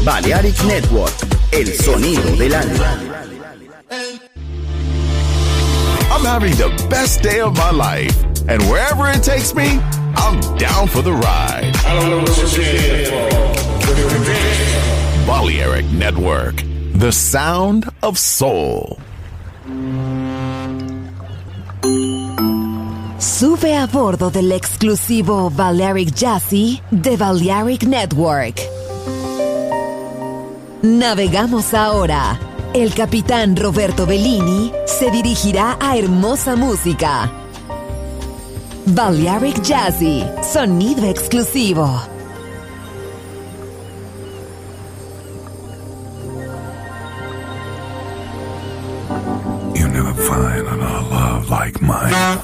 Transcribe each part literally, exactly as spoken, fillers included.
Balearic Network, el sonido del alma. I'm having the best day of my life, and wherever it takes me, I'm down for the ride. I don't know what you're here for. Balearic Network, the sound of soul. Sube a bordo del exclusivo Balearic Jazzy de Balearic Network. Navegamos ahora. El capitán Roberto Bellini se dirigirá a hermosa música. Balearic Jazzy, sonido exclusivo. You never find another love like mine.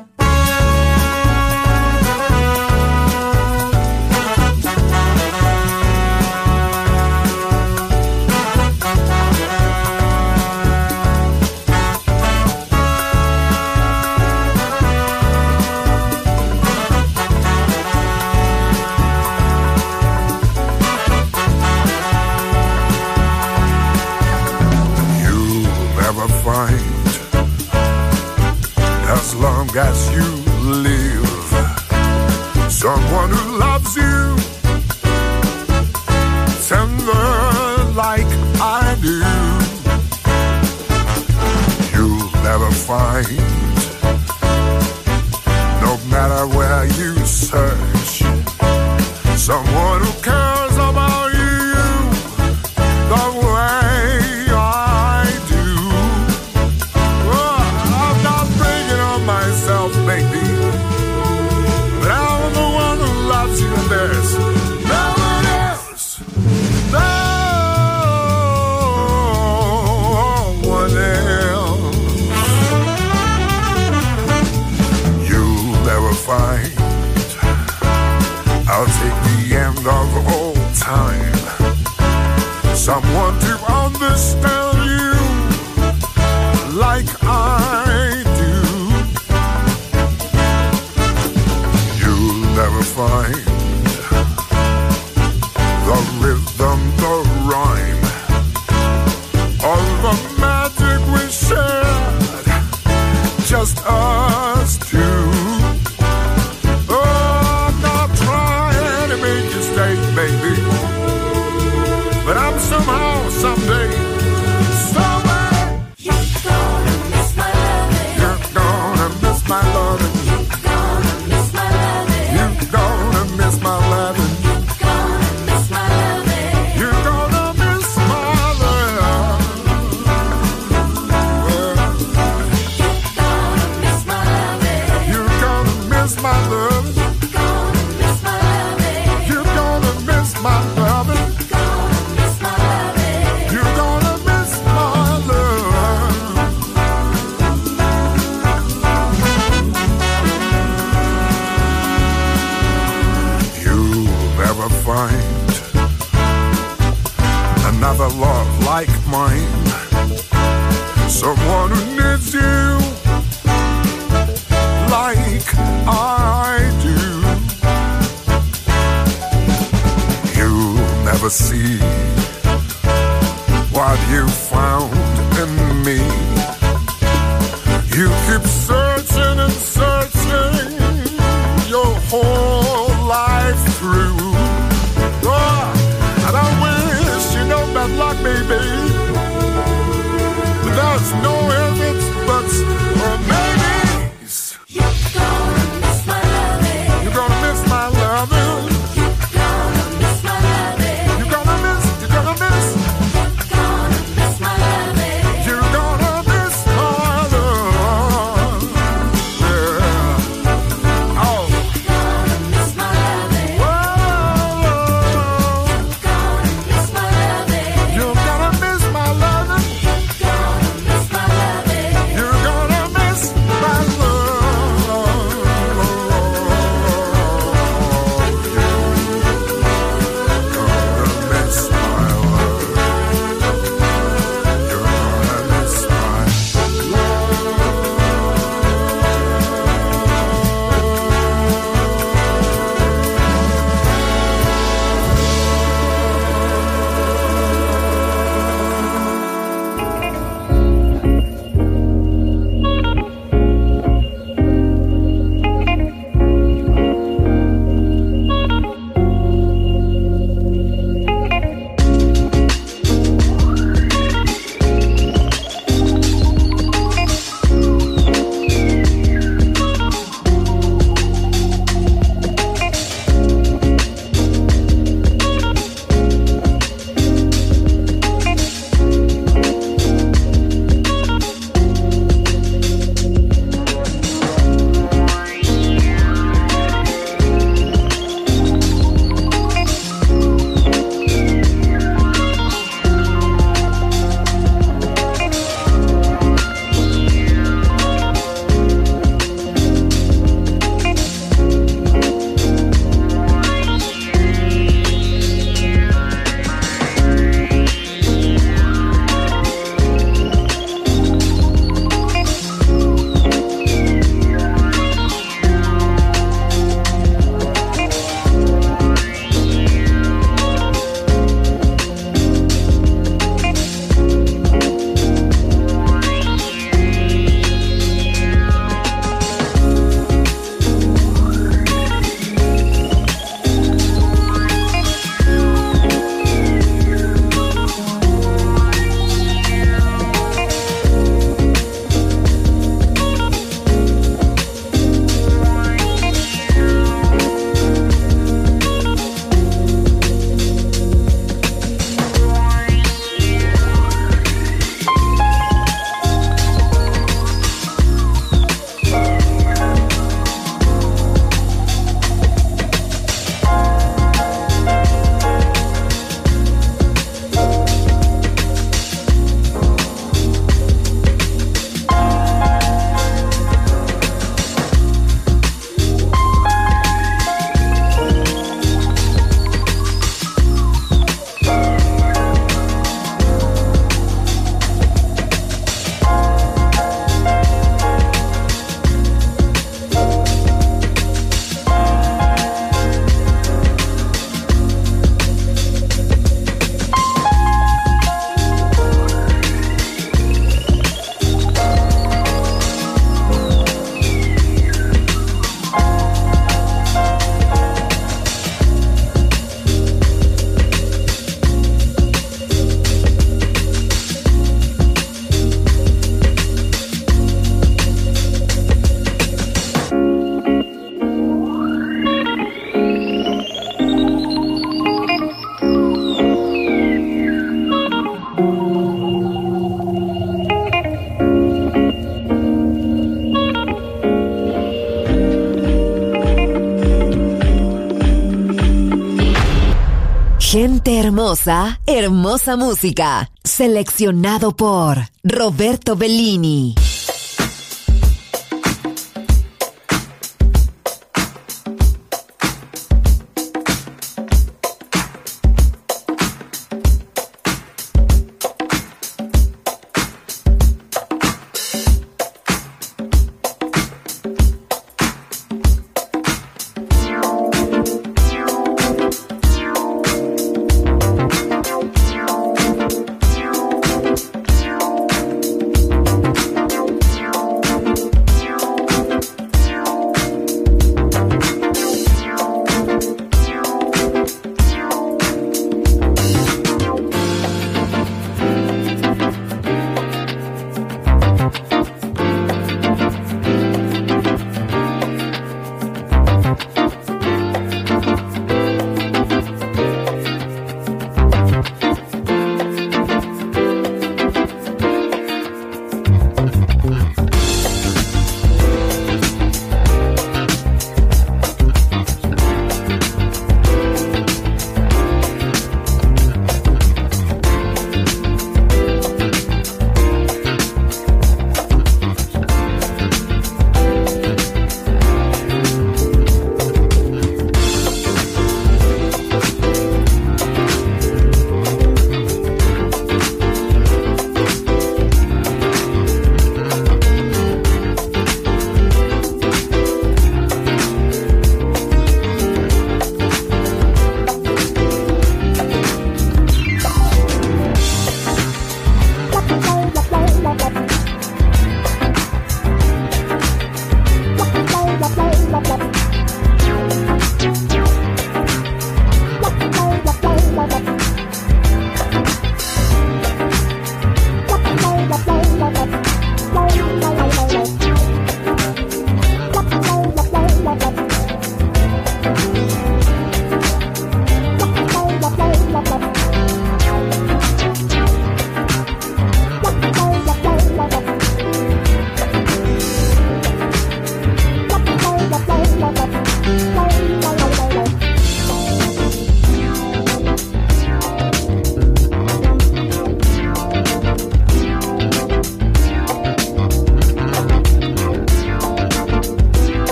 As long as you live, someone who loves you tender like I do, you'll never find, no matter where you search, someone who cares about you the way I do. Myself, baby, but I'm the one who loves you, and there's no one else, no one else. You'll never find, I'll take the end of all time, someone to understand you like I do. Never find the rhythm, the rhyme, all the magic we shared, just us two. Oh, I'm not trying to make you stay, baby, but I'm somehow, someday, somewhere, you're gonna miss my loving. You're gonna miss my loving. Gonna miss my loving. You're gonna miss my loving. You're gonna miss my loving. You're gonna miss my loving. You're gonna miss my love. Never find another love like mine, someone who needs you like I do. You'll never see what you found in me. You keep searching and searching your whole life through. And I wish you know bad luck, baby, but there's no ifs, it's buts, or maybes. You're gonna miss my loving. You're gonna miss my loving. You're gonna miss my loving. You're gonna miss, you're gonna miss. You're gonna miss my loving. You're gonna miss my love. Yeah. Oh. You're gonna miss my loving. Whoa. You're gonna miss my loving. You're gonna miss my loving. You're gonna Hermosa, hermosa música. Seleccionado por Roberto Bellini. Thank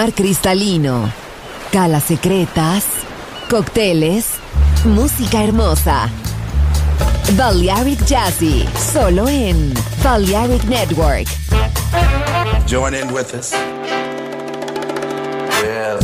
bar cristalino, calas secretas, cócteles, música hermosa. Balearic Jazzy, solo en Balearic Network. Join in with us. Yeah.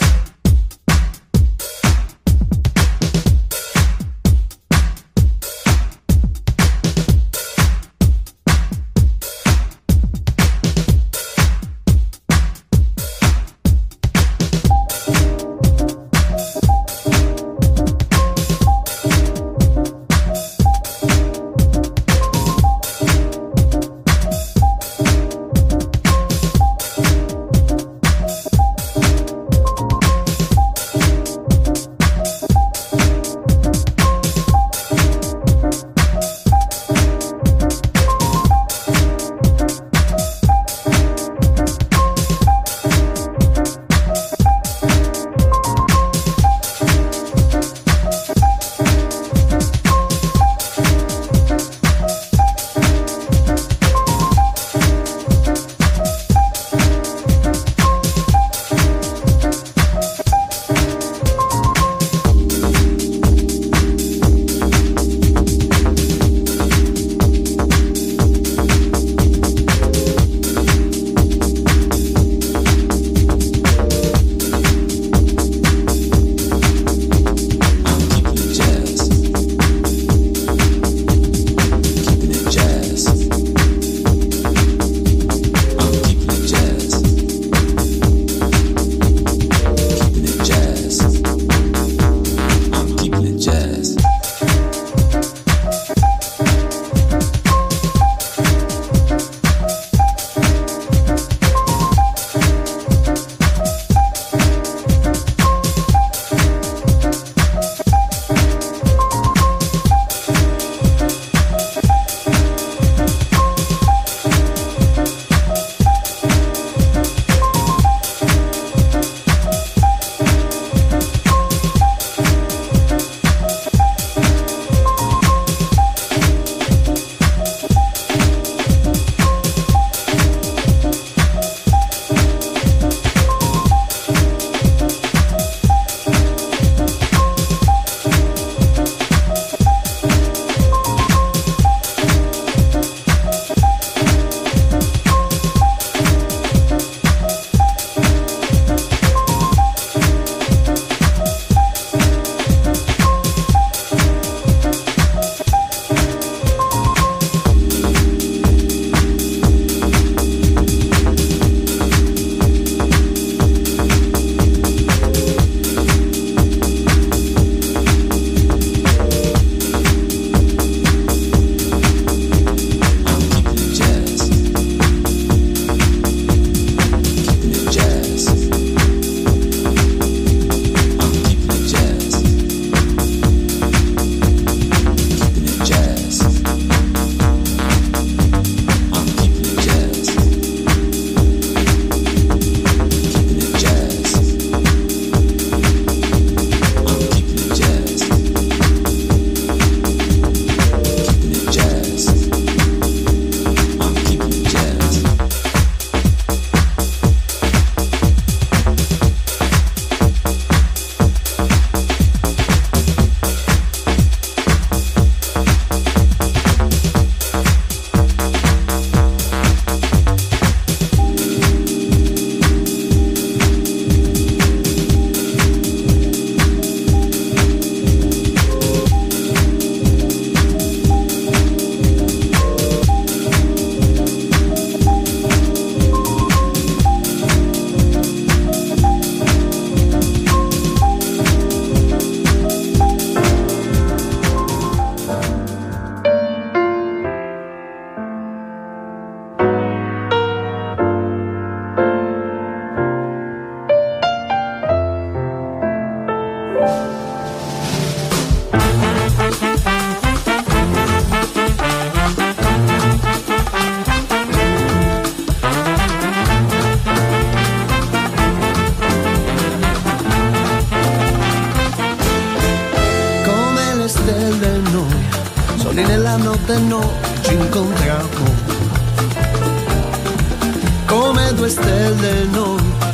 notte noi ci incontriamo, come due stelle noi si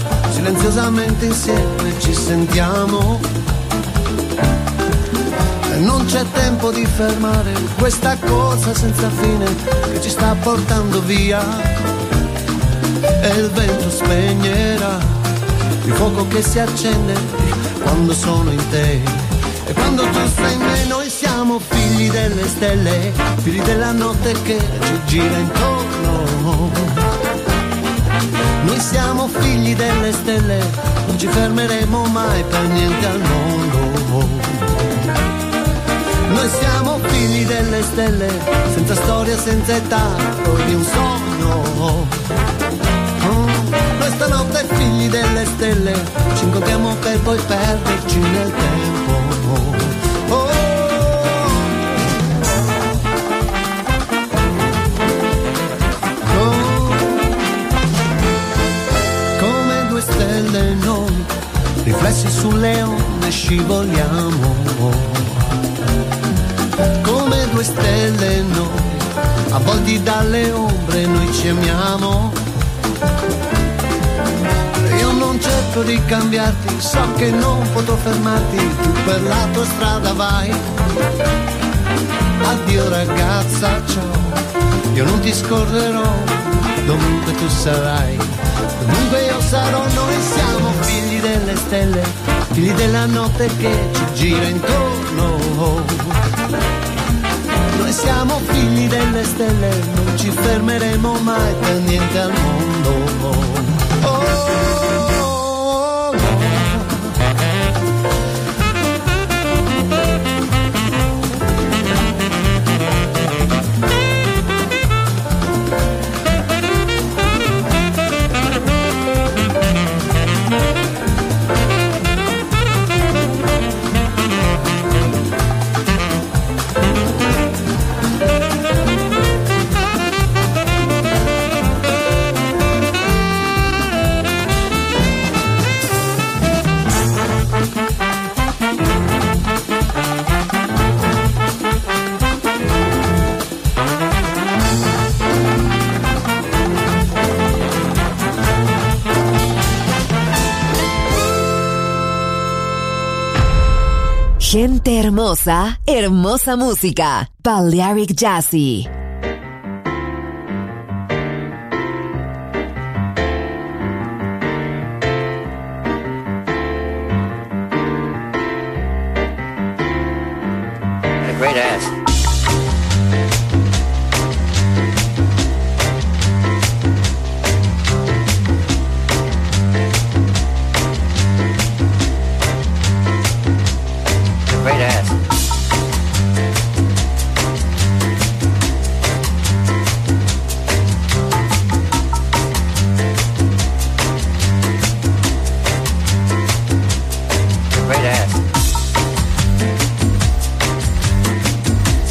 silenziosamente insieme ci sentiamo. E non c'è tempo di fermare questa cosa senza fine che ci sta portando via. E il vento spegnerà il fuoco che si accende quando sono in te. E quando tu sei in me noi siamo figli delle stelle, figli della notte che ci gira intorno. Noi siamo figli delle stelle, non ci fermeremo mai per niente al mondo. Noi siamo figli delle stelle, senza storia, senza età, di un sogno. Oh, noi stanotte figli delle stelle, ci incontriamo per poi perderci nel tempo. Oh, come due stelle noi, riflessi sulle onde scivoliamo. Come due stelle noi, avvolti dalle ombre noi ci amiamo. Io non cerco di cambiarti, so che non potrò fermarti, tu per la tua strada vai. Addio ragazza, ciao, io non ti scorrerò, dovunque tu sarai, dovunque io sarò. Noi siamo figli delle stelle, figli della notte che ci gira intorno. Noi siamo figli delle stelle, non ci fermeremo mai per niente al mondo. Oh, oh, oh. Gente hermosa, hermosa música. Balearic Jazzy. A great ass. Great ass. Great ass.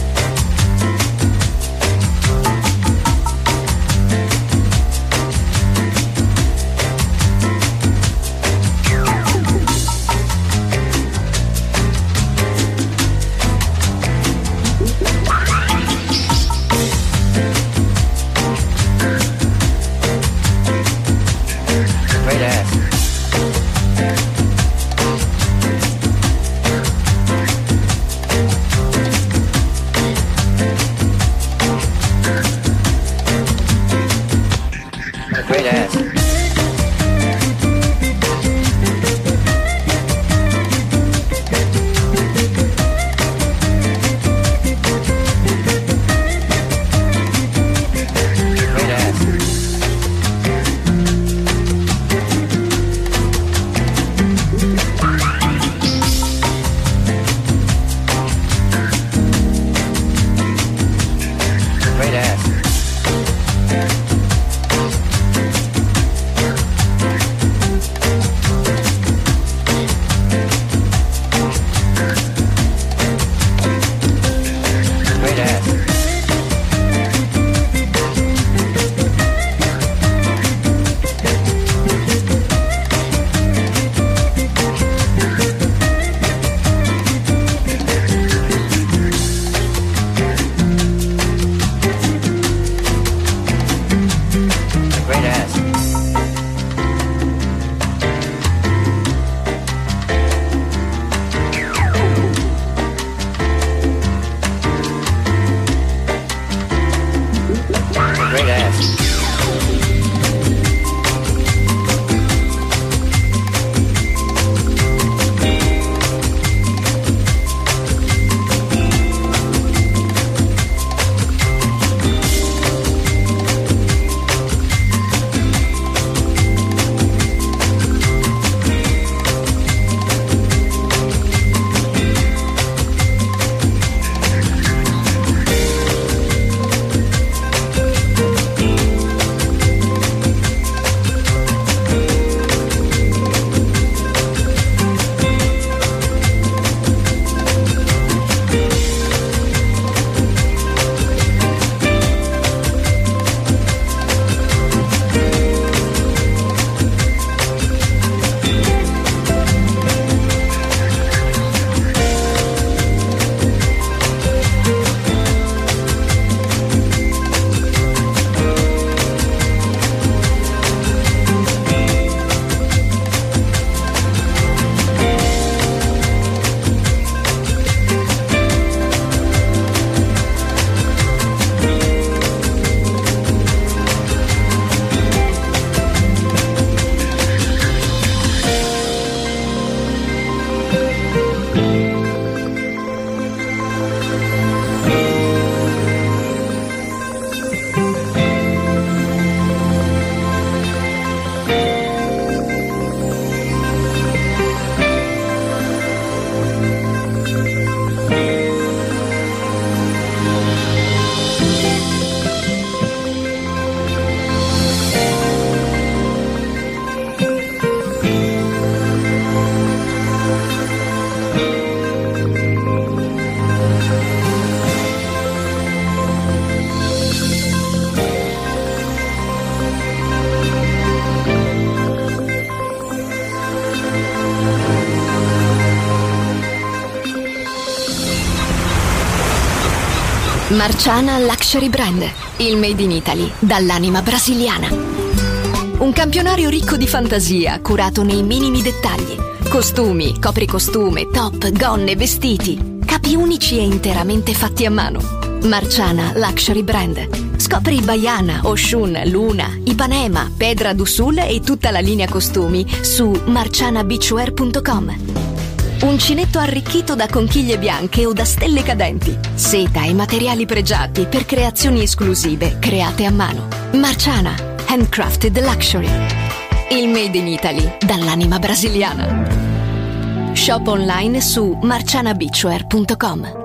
Marciana Luxury Brand, il made in Italy dall'anima brasiliana. Un campionario ricco di fantasia, curato nei minimi dettagli. Costumi, copricostume, top, gonne, vestiti. Capi unici e interamente fatti a mano. Marciana Luxury Brand. Scopri Baiana, Oshun, Luna, Ipanema, Pedra do Sul e tutta la linea costumi su marciana beachwear punto com. Uncinetto arricchito da conchiglie bianche o da stelle cadenti. Seta e materiali pregiati per creazioni esclusive create a mano. Marciana, handcrafted luxury. Il made in Italy dall'anima brasiliana. Shop online su marciana beachwear punto com.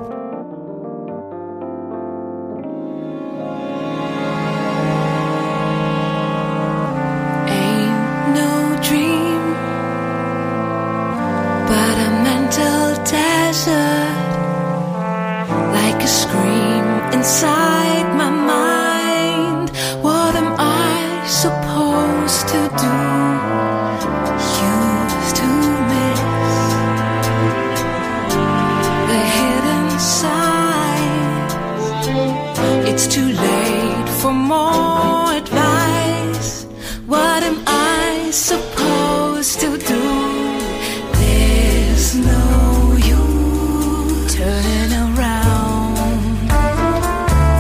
Like a scream inside my mind. What am I supposed to do? Used to miss the hidden signs. It's too late for more advice. What am I supposed to do? There's no use turning around.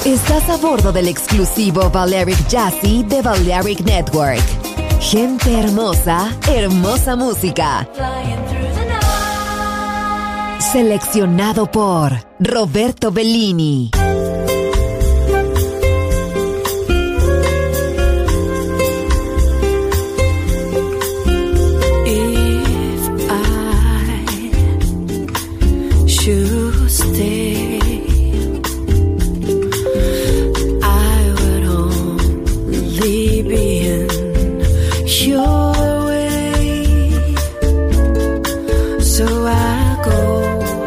Estás a bordo del exclusivo Balearic Jazzy de Balearic Network. Gente hermosa, hermosa música. Seleccionado por Roberto Bellini. If I should stay, I would only be in your way. So I go.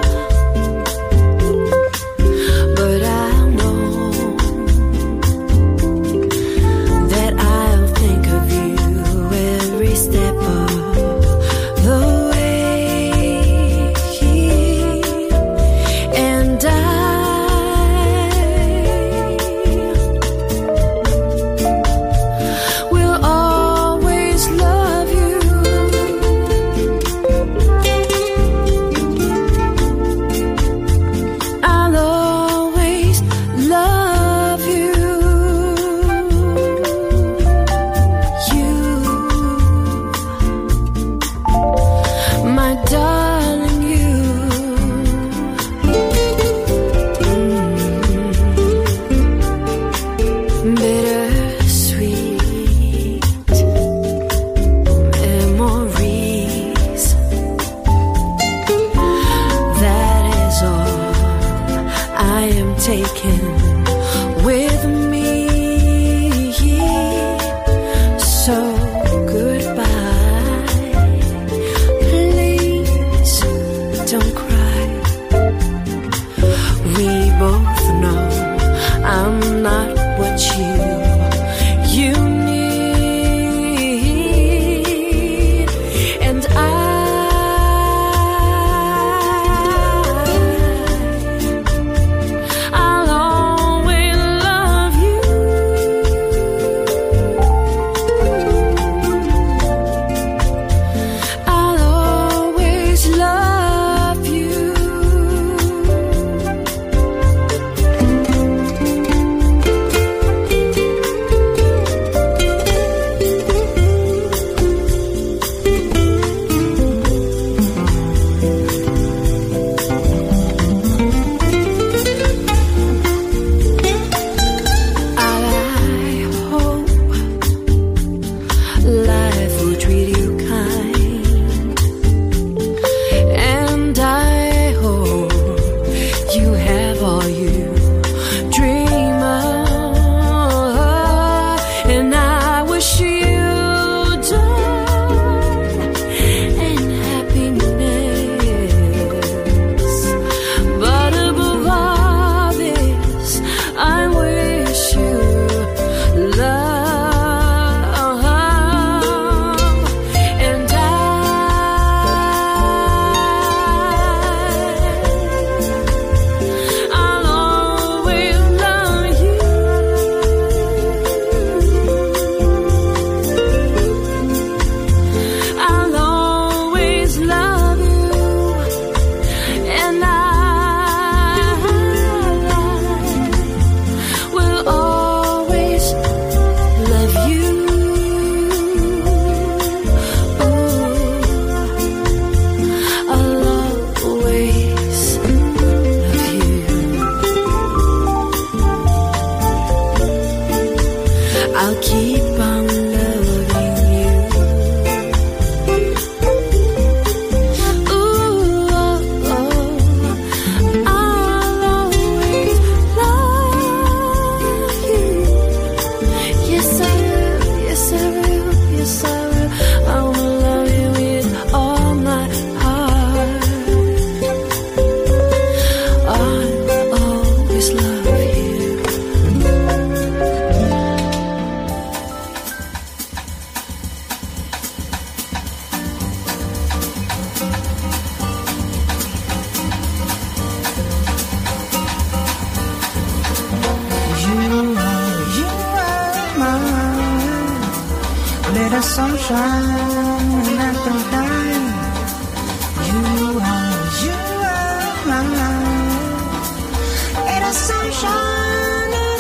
the sunshine after night. You are, you are my life. And the sunshine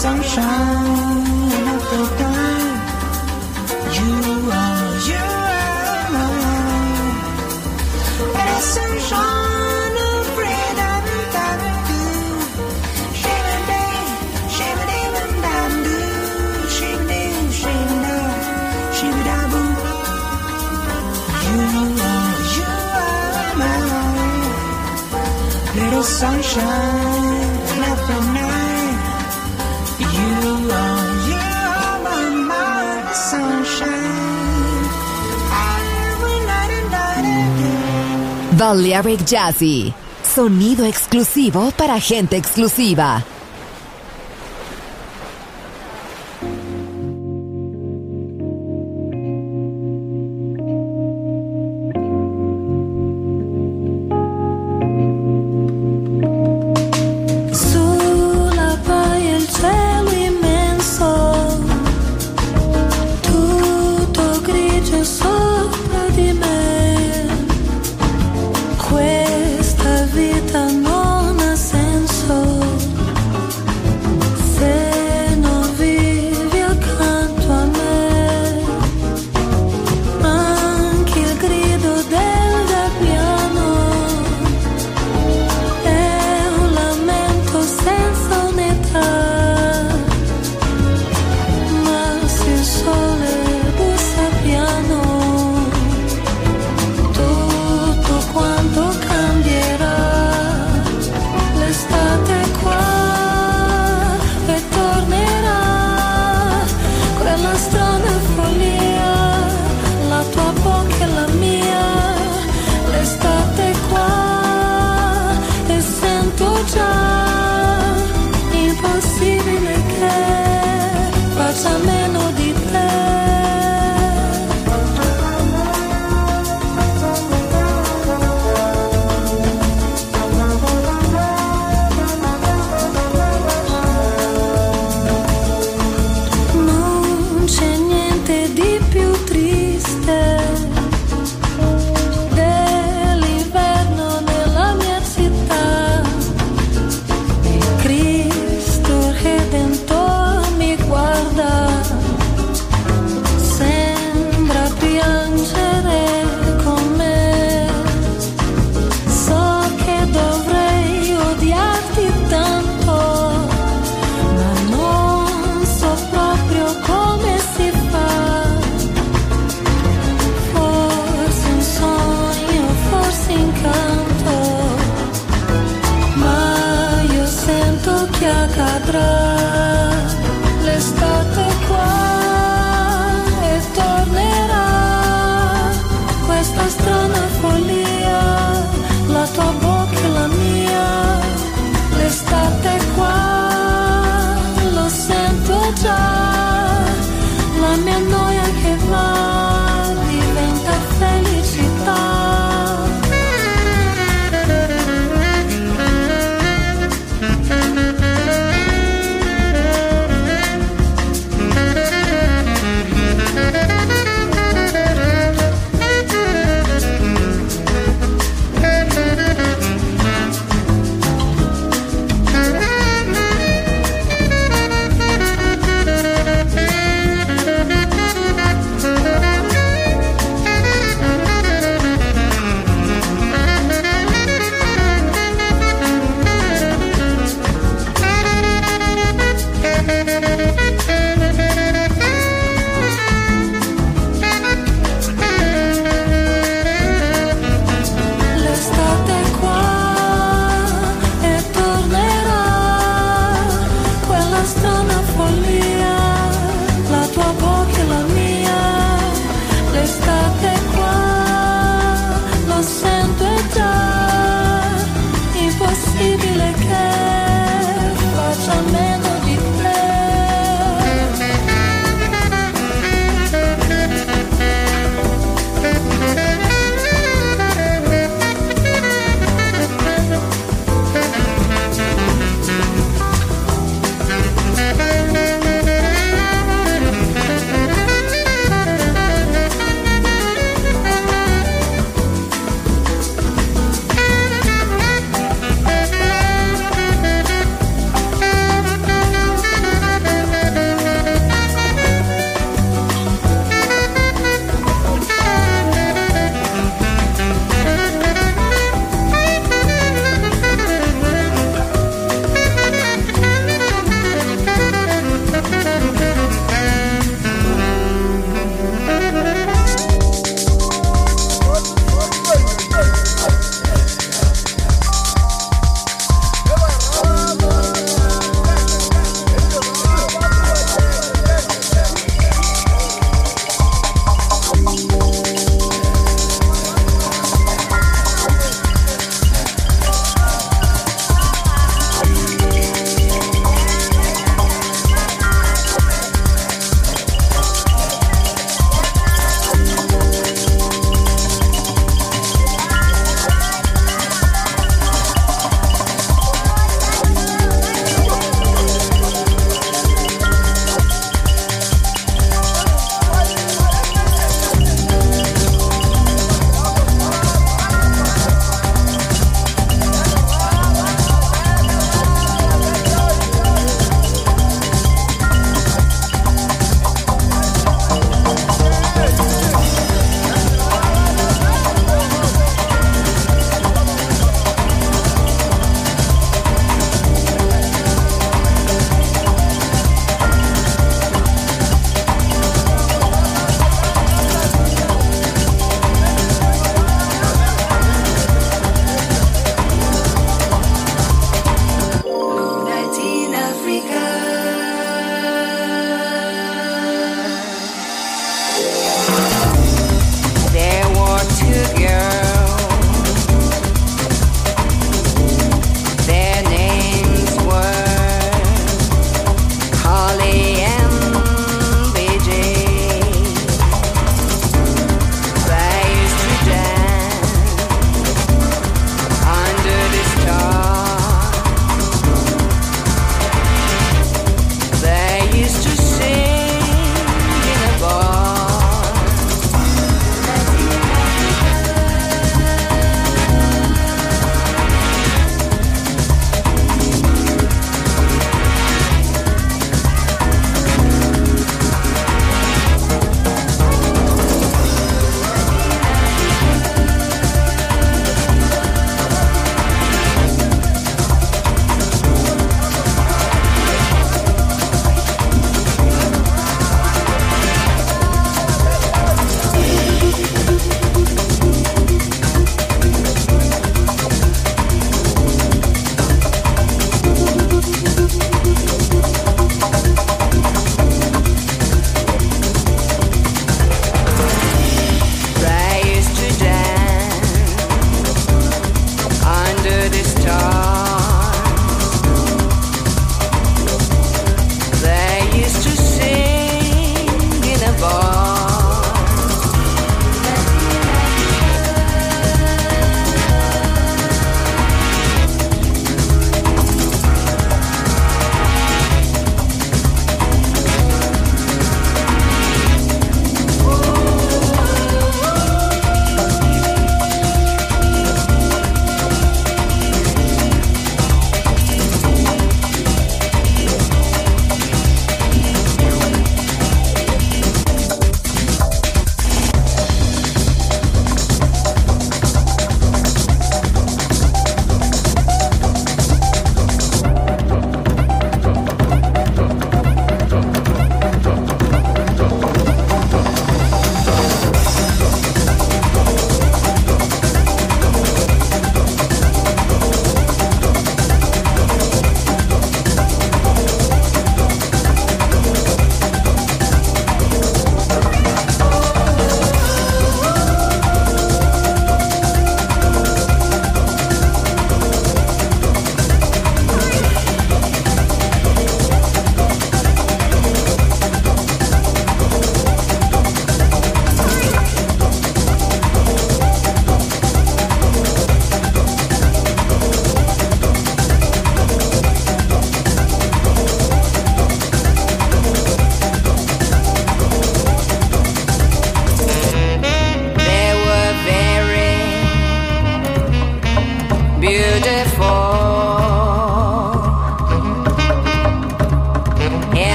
sunshine after time. You are, you are the sunshine of freedom. Shimmy, shimmy, shimmy, shimmy, shimmy, shimmy, you are, you are my little sunshine after night. You are, you are my, my sunshine. Every night and night and day. Balearic Jazzy, sonido exclusivo para gente exclusiva.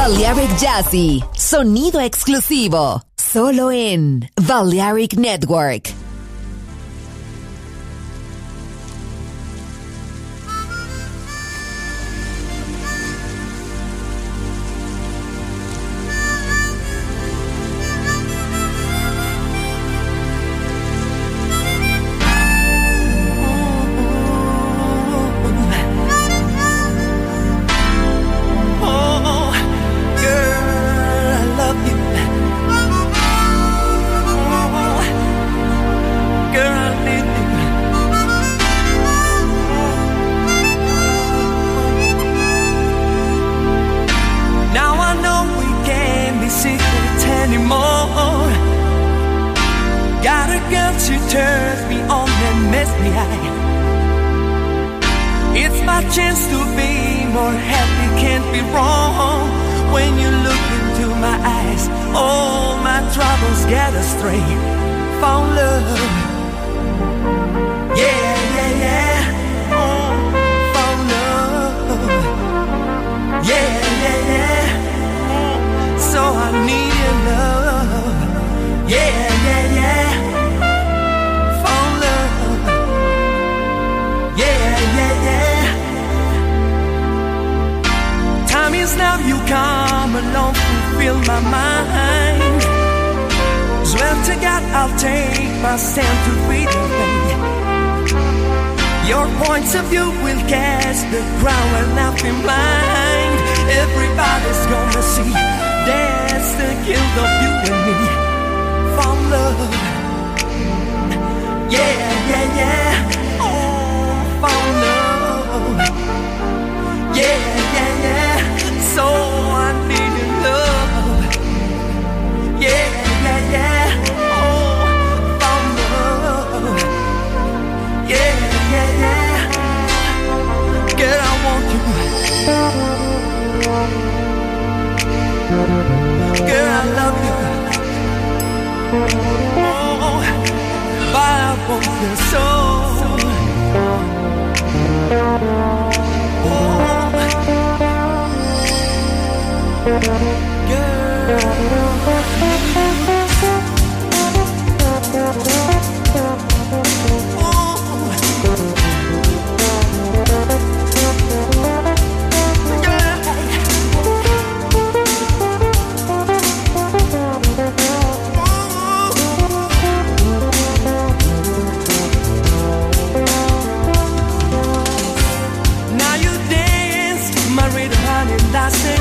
Balearic Jazzy, sonido exclusivo, solo en Balearic Network.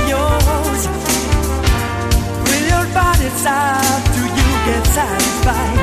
It's up to you, get satisfied.